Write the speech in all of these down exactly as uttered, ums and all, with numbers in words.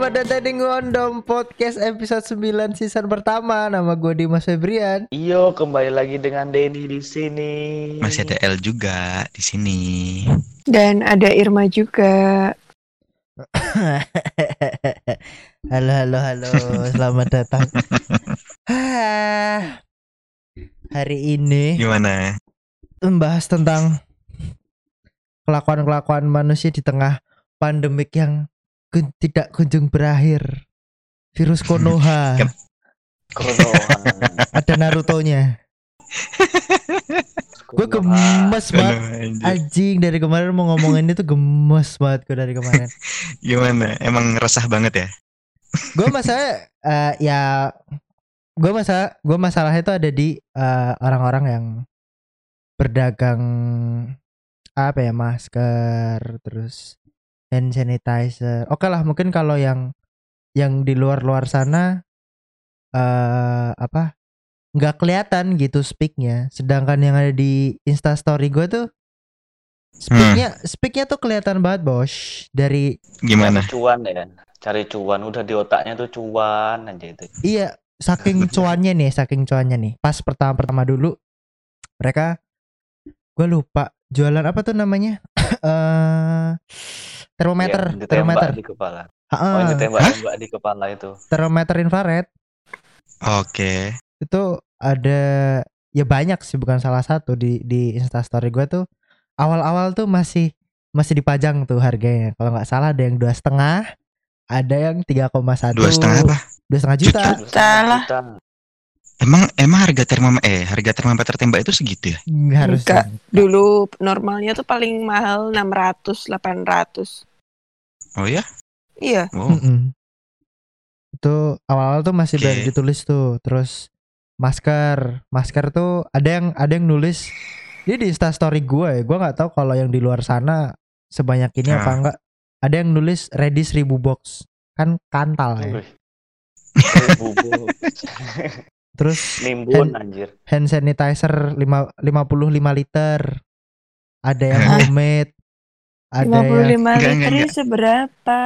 Selamat datang di Ngondom Podcast episode sembilan season pertama. Nama gue Dimas Febrian. Iyo, kembali lagi dengan Denny di sini. Masih ada L juga di sini. Dan ada Irma juga. Halo halo halo, selamat datang. Hari ini Gimana? membahas tentang kelakuan-kelakuan manusia di tengah pandemik yang kun- tidak kunjung berakhir. Virus Konoha. Konoha. Ada Naruto-nya. Gue gemes banget. Anjing, dari kemarin mau ngomongin itu gemes banget gue dari kemarin. Gimana? Emang resah banget ya? Gue masalah uh, ya gue masalah gue masalah itu ada di uh, orang-orang yang berdagang apa ya, masker, terus hand sanitizer. Oke lah, mungkin kalau yang yang di luar-luar sana uh, apa nggak kelihatan gitu speaknya, sedangkan yang ada di Instastory gue tuh speaknya hmm. speaknya tuh kelihatan banget, bos. Dari gimana? Cari cuan ya kan, cari cuan, udah di otaknya tuh cuan aja itu. Iya, saking cuannya nih, saking cuannya nih. Pas pertama-pertama dulu mereka, gue lupa jualan apa tuh namanya, uh, termometer, ya, termometer di kepala. Ha-ha. Oh, ini tembak-tembak di kepala itu. Termometer infrared. Oke. Okay. Itu ada ya banyak sih, bukan salah satu di di Instastory gue tuh. Awal-awal tuh masih masih dipajang tuh harganya. Kalau nggak salah ada yang dua setengah, ada yang tiga koma satu. Dua setengah apa? Dua setengah juta. Salah. Emang emang harga termometer eh harga termometer tembak itu segitu ya? Harus. Enggak. Dulu normalnya tuh paling mahal enam ratus delapan ratus. Oh ya? Iya. Oh. Mm-mm. Itu awal-awal tuh masih Okay. baru ditulis tuh. Terus masker, masker tuh ada yang ada yang nulis. Dia di Instastory gue ya. Gue nggak tahu kalau yang di luar sana sebanyak ini ah. apa enggak. Ada yang nulis ready seribu box. Kan kantal ya. Seribu box. Terus nimbun hand, anjir. hand sanitizer lima puluh lima liter. Ada yang Hah? homemade. Ada lima puluh lima yang liternya seberapa?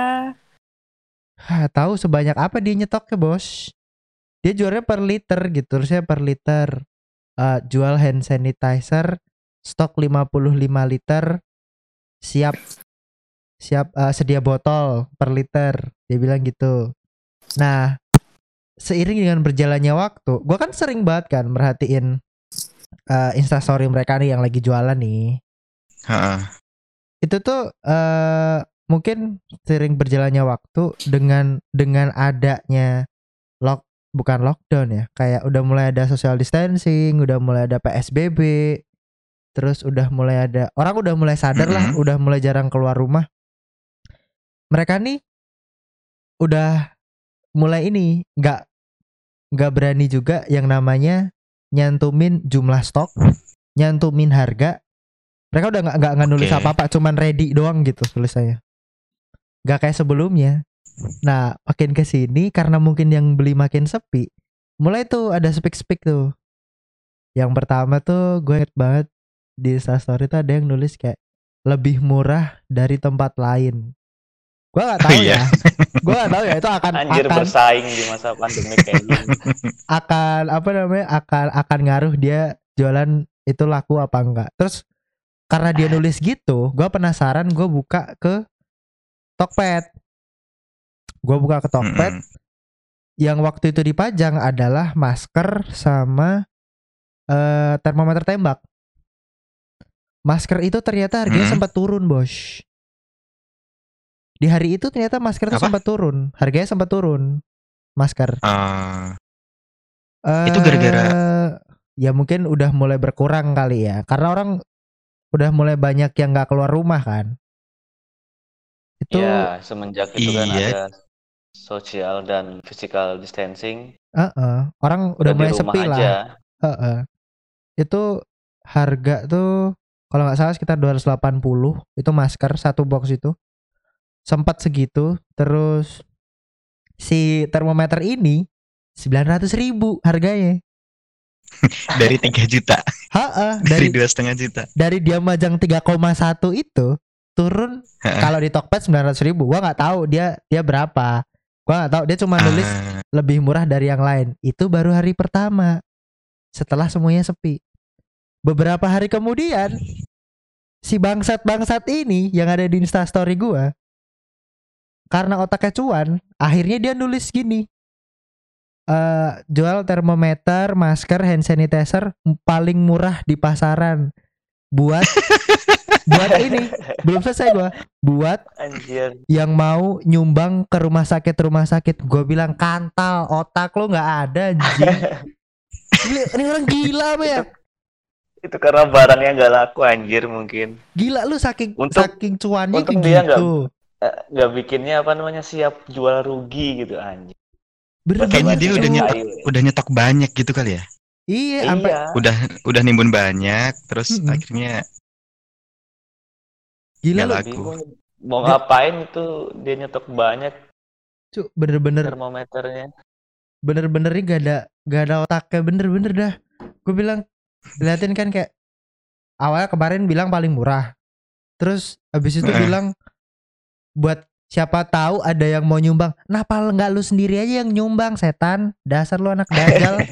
Hah, tahu sebanyak apa dia nyetoknya, bos. Dia jualnya per liter gitu. Terusnya per liter. Uh, jual hand sanitizer stok lima puluh lima liter, siap siap uh, sedia botol per liter. Dia bilang gitu. Nah, seiring dengan berjalannya waktu, gue kan sering banget kan merhatiin uh, Instastory mereka nih yang lagi jualan nih. Ha-ha. Itu tuh uh, mungkin sering berjalannya waktu dengan dengan adanya lock bukan lockdown ya, kayak udah mulai ada social distancing, udah mulai ada P S B B, terus udah mulai ada orang udah mulai sadar lah, Mm-hmm. udah mulai jarang keluar rumah. Mereka nih udah mulai ini nggak nggak berani juga yang namanya nyantumin jumlah stok, nyantumin harga. Mereka udah nggak nggak nulis Okay. apa-apa, cuman ready doang gitu tulisannya. Nggak kayak sebelumnya. Nah, makin kesini karena mungkin yang beli makin sepi, mulai tuh ada speak-speak tuh. Yang pertama tuh gue inget banget di Instastory tuh ada yang nulis kayak lebih murah dari tempat lain. Gue nggak tahu Oh, iya. ya, gue nggak tahu ya itu akan Anjir akan bersaing di masa pandemi kayak gini. akan apa namanya akan akan ngaruh dia jualan itu laku apa enggak. Terus karena dia nulis gitu, gue penasaran, gue buka ke Tokped. Gue buka ke Tokped. Mm-mm. Yang waktu itu dipajang adalah masker sama uh, termometer tembak. Masker itu ternyata harganya Mm-mm. sempat turun, bos. Di hari itu ternyata masker itu Apa? sempat turun. Harganya sempat turun. Masker. Uh, Uh, Itu gara-gara ya mungkin udah mulai berkurang kali ya. Karena orang udah mulai banyak yang gak keluar rumah kan. Itu Ya, semenjak itu kan Iya. ada social dan physical distancing. uh-uh, orang udah, Udah di mulai rumah sepi aja. lah. Uh-uh. Itu harga tuh kalau nggak salah sekitar dua ratus delapan puluh itu masker satu box itu. Sempat segitu. Terus si termometer ini sembilan ratus ribu harganya. dari tiga juta, Ha-ha, dari dari dua setengah juta. dari dia majang tiga koma satu itu turun Ha-ha. kalau di Tokped sembilan ratus ribu. Gua nggak tahu dia dia berapa. Gua gak tahu, dia cuma nulis Ah, lebih murah dari yang lain. Itu baru hari pertama. Setelah semuanya sepi. Beberapa hari kemudian si bangsat-bangsat ini yang ada di Instastory gua, karena otaknya cuan, akhirnya dia nulis gini. eh jual termometer, masker, hand sanitizer paling murah di pasaran. Buat buat ini, belum selesai gua. Buat Anjir. yang mau nyumbang ke rumah sakit rumah sakit. Gue bilang kantal, otak lo nggak ada anjing. Gila, ini orang gila apa ya? Itu karena barangnya nggak laku anjir mungkin. Gila lu saking Untung- saking cuannya untung kayak dia nggak- gitu. Eh, nggak bikinnya apa namanya siap jual rugi gitu anjir. Kayaknya dia udah nyetok, Ayo. udah nyetok banyak gitu kali ya. Iya, sampai Iya. Udah udah nimbun banyak, terus Mm-mm. akhirnya gila nggak lu, laku. Bingung mau Dia- ngapain itu dia nyetok banyak Cuk, bener-bener termometernya. bener-bener ini gak ada gak ada otaknya, bener-bener dah. Gue bilang, liatin kan kayak awalnya kemarin bilang paling murah, terus habis itu Heeh. bilang buat siapa tahu ada yang mau nyumbang. Kenapa nggak lu sendiri aja yang nyumbang, setan? Dasar lu anak dajal.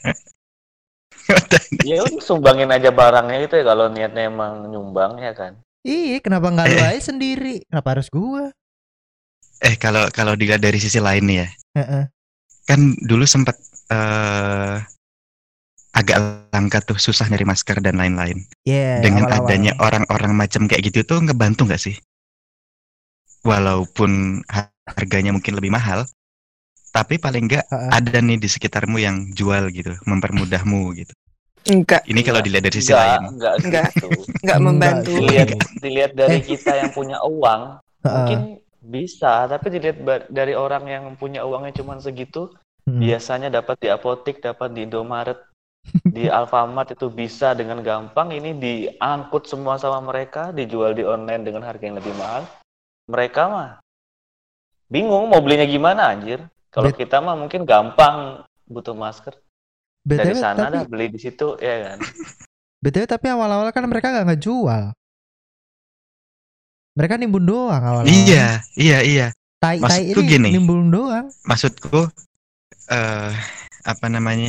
Ya udah sumbangin aja barangnya gitu ya kalau niatnya emang nyumbang ya kan. Iya, kenapa nggak lu Eh. aja sendiri? Kenapa harus gua? eh kalau kalau dilihat dari sisi lain nih ya, Heeh. kan dulu sempat eh agak langka tuh, susah nyari masker dan lain-lain. Iya, Dengan awal-awal. adanya orang-orang macam kayak gitu tuh ngebantu nggak sih? Walaupun harganya mungkin lebih mahal, tapi paling nggak Heeh. ada nih di sekitarmu yang jual gitu, mempermudahmu gitu. Enggak, Ini kalau Enggak. dilihat dari sisi Enggak, lain. enggak Enggak. gitu. enggak Enggak membantu. sih. Dilihat Enggak. dilihat dari Eh. kita yang punya uang, Heeh. mungkin bisa, tapi dilihat ba- dari orang yang punya uangnya cuma segitu, Hmm. biasanya dapat di apotik, dapat di Indomaret, di Alfamart itu bisa dengan gampang. Ini diangkut semua sama mereka, dijual di online dengan harga yang lebih mahal. Mereka mah bingung mau belinya gimana anjir. Kalau Bet- kita mah mungkin gampang butuh masker. Dari B T W sana tapi dah beli di situ ya kan. B T W tapi awal-awal kan mereka gak ngejual. Mereka nimbun doang awal-awal. Iya, iya, iya. Tai tai maksudku ini gini. nimbun doang. Maksudku eh apa namanya?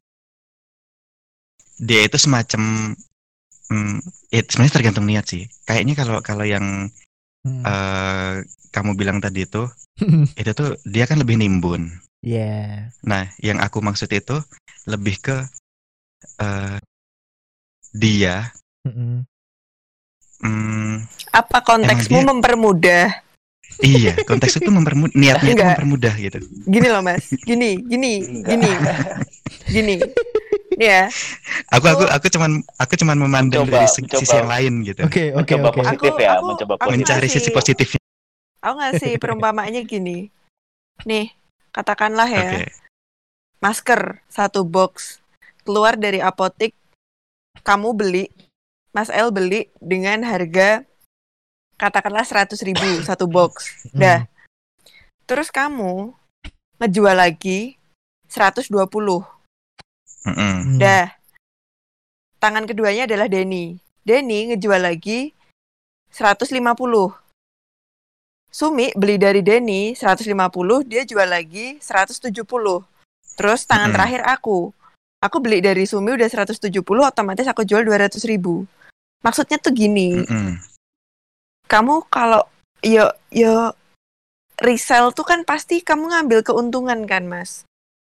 Dia itu semacam hmm, ya sebenarnya tergantung niat sih. Kayaknya kalau kalau yang Hmm. eh kamu bilang tadi itu, itu tuh dia kan lebih nimbun. Yeah. Nah, yang aku maksud itu lebih ke eh dia Mm-mm. hmm, Apa konteksmu Emang dia- mempermudah? iya, konteks itu mempermudah, niatnya itu Enggak. mempermudah gitu. Gini loh Mas, gini, gini, Enggak. gini, gini. Ya, Aku aku aku cuman aku cuman memandang Mencoba- dari sisi mencoba. yang lain gitu. Oke oke Mencoba oke. positif Aku- ya, aku- mencoba aku positif. Mencari sisi ngasih- positifnya. aku ngasih perumpamaannya gini. Nih, katakanlah ya, Oke. masker satu box keluar dari apotik, kamu beli, Mas El beli dengan harga katakanlah seratus ribu satu box. Hmm. Dah. Terus kamu ngejual lagi seratus dua puluh. Mm-mm. Hmm. Dah. Tangan keduanya adalah Denny. Denny ngejual lagi seratus lima puluh. Sumi beli dari Denny seratus lima puluh, dia jual lagi seratus tujuh puluh. Terus tangan Mm-mm. terakhir aku. Aku beli dari Sumi udah seratus tujuh puluh, otomatis aku jual dua ratus ribu. Maksudnya tuh gini, Mm-mm. kamu kalau yo yo resell tuh kan pasti kamu ngambil keuntungan kan, Mas?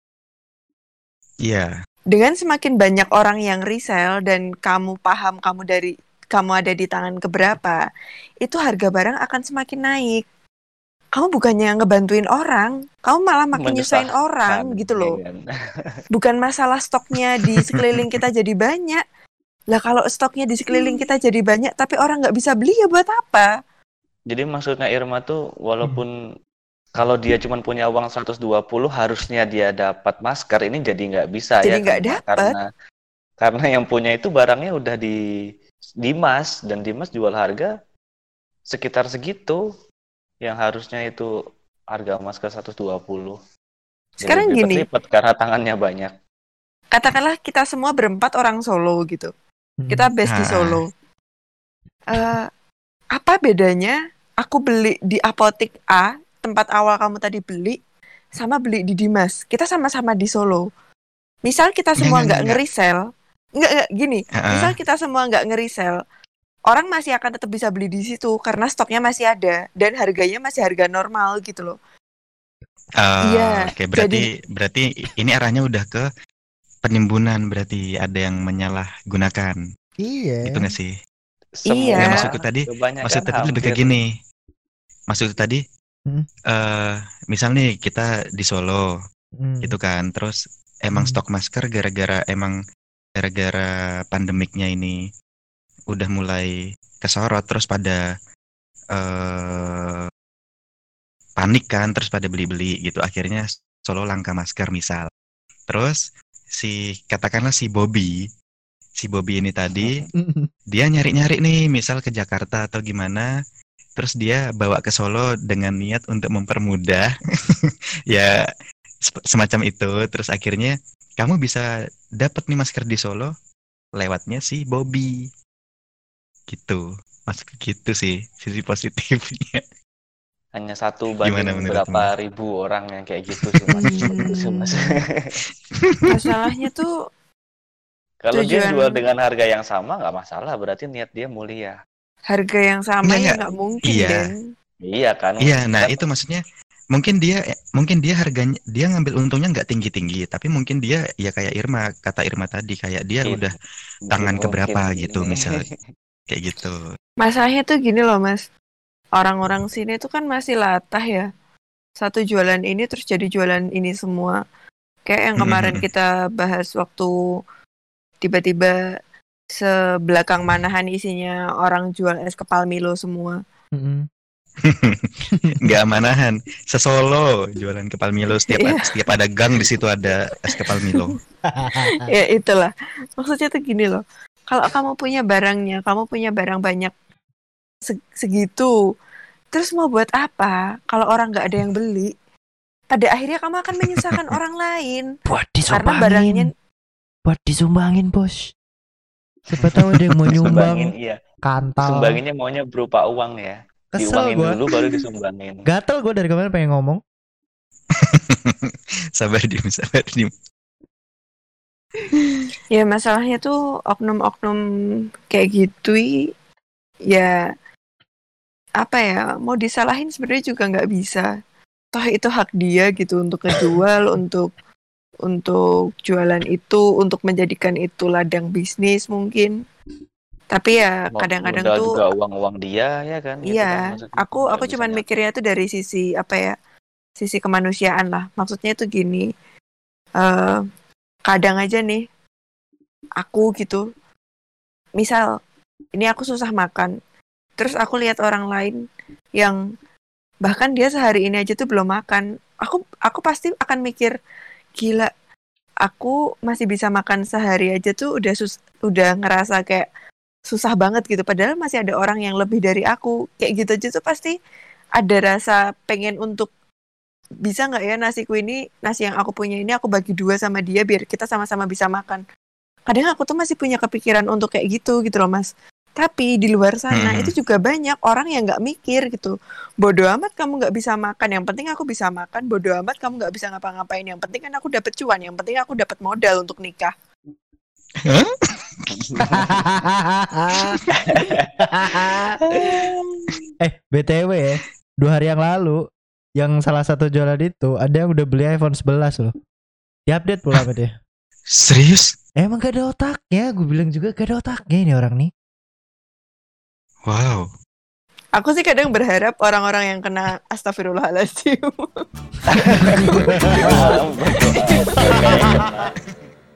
Iya. Dengan semakin banyak orang yang resell dan kamu paham kamu dari kamu ada di tangan keberapa, itu harga barang akan semakin naik. Kamu bukannya ngebantuin orang, kamu malah makin nyusahin Menyusahkan, orang gitu loh. ya kan? Bukan masalah stoknya di sekeliling kita jadi banyak. Lah kalau stoknya di sekeliling kita jadi banyak tapi orang nggak bisa beli ya buat apa? Jadi maksudnya Irma tuh walaupun kalau dia cuma punya uang seratus dua puluh harusnya dia dapat masker, ini jadi nggak bisa Jadi ya nggak kan? dapet. Karena karena yang punya itu barangnya udah di Dimas dan Dimas jual harga sekitar segitu yang harusnya itu harga masker seratus dua puluh. Jadi Sekarang gini, lipat-lipat karena tangannya banyak. katakanlah kita semua berempat orang Solo gitu. Hmm. Kita base di Ah. Solo. Eh, apa bedanya aku beli di apotik A, tempat awal kamu tadi beli, sama beli di Dimas, kita sama-sama di Solo. Misal kita semua Nggak, nggak nggak, nge-resell, nggak nggak gini. Heeh. Misal kita semua nggak nge-resell, orang masih akan tetap bisa beli di situ karena stoknya masih ada dan harganya masih harga normal gitu loh. Oh, Iya, oke, jadi berarti berarti ini arahnya udah ke penimbunan, berarti ada yang menyalahgunakan. Iya. Gitu nggak sih? Iya. Nggak, Semua maksudku tadi, kebanyakan maksud tadi lebih ke hampir gini. Maksud tadi, Hmm. eh misal nih kita di Solo, Hmm. gitu kan, terus emang Hmm. stok masker gara-gara emang gara-gara pandemiknya ini udah mulai kesorot, terus pada eh panik kan, terus pada beli-beli gitu. Akhirnya Solo langka masker misal. Terus si katakanlah si Bobby, si Bobby ini tadi dia nyari-nyari nih, misal ke Jakarta atau gimana, terus dia bawa ke Solo dengan niat untuk mempermudah, ya sep- semacam itu. Terus akhirnya kamu bisa dapat nih masker di Solo lewatnya si Bobby, gitu. Masuk gitu sih sisi positifnya. hanya satu Gimana banding menurutmu? berapa ribu orang yang kayak gitu sih mas. Itu sih mas. Hmm, masalahnya tuh Kalau dia jual tujuan dengan harga yang sama nggak masalah, berarti niat dia mulia. harga yang sama Enggak, ya enggak. nggak mungkin, Iya, Den. Iya kan? iya. Nah Kan itu maksudnya mungkin dia mungkin dia harganya dia ngambil untungnya nggak tinggi-tinggi, tapi mungkin dia ya kayak Irma, kata Irma tadi, kayak dia it, udah belum tangan mungkin keberapa gitu ini. misalnya, kayak gitu. Masalahnya tuh gini loh, Mas. Orang-orang sini tuh kan masih latah ya. Satu jualan ini terus jadi jualan ini semua. Kayak yang kemarin kita bahas waktu tiba-tiba sebelakang manahan isinya orang jual es kepal Milo semua. Mm-mm. Nggak manahan, sesolo jualan kepal Milo, setiap Iya. setiap ada gang di situ ada es kepal Milo. Ya itulah. Maksudnya tuh gini loh. Kalau kamu punya barangnya, kamu punya barang banyak se- segitu, terus mau buat apa? Kalau orang nggak ada yang beli, pada akhirnya kamu akan menyusahkan orang lain. Buat Karena barangnya disumbangin. Buat disumbangin, Bos. Siapa tahu ada yang mau Disumbangin, nyumbang iya. kantal. Sumbanginnya maunya berupa uang ya. Kesel Diuangin gua. dulu baru disumbangin. Gatel gue dari kemarin pengen ngomong. Sabar dim, sabar dim. Ya masalahnya tuh oknum-oknum kayak gitu i- ya apa ya, mau disalahin sebenarnya juga nggak bisa. Toh itu hak dia gitu untuk ngejual, untuk untuk jualan itu, untuk menjadikan itu ladang bisnis mungkin. Tapi ya Mo- kadang-kadang modal tuh juga uang-uang dia ya kan gitu kan iya, maksudnya. aku Nggak aku bisa cuman nyata. mikirnya tuh dari sisi apa ya, sisi kemanusiaan lah. Maksudnya tuh gini, eh kadang aja nih aku gitu, misal ini aku susah makan, terus aku lihat orang lain yang bahkan dia sehari ini aja tuh belum makan, aku aku pasti akan mikir, gila, aku masih bisa makan sehari aja tuh udah sus udah ngerasa kayak susah banget gitu, padahal masih ada orang yang lebih dari aku, kayak gitu aja tuh pasti ada rasa pengen untuk bisa nggak ya nasiku ini, nasi yang aku punya ini aku bagi dua sama dia biar kita sama-sama bisa makan. Kadang aku tuh masih punya kepikiran untuk kayak gitu gitu loh Mas. Tapi di luar sana Hmm. itu juga banyak orang yang nggak mikir gitu. Bodoh amat kamu nggak bisa makan, yang penting aku bisa makan. Bodoh amat kamu nggak bisa ngapa-ngapain, yang penting kan aku dapat cuan, yang penting aku dapat modal untuk nikah. Hah? eh, B T W ya, dua hari yang lalu yang salah satu jualan itu ada yang udah beli iPhone sebelas loh. Diupdate pula sama dia. Serius? Emang gak ada otaknya, gue bilang juga gak ada otaknya ini orang nih. Wow. Aku sih kadang berharap orang-orang yang kena astagfirullahaladzim. Berdoa, berdoa.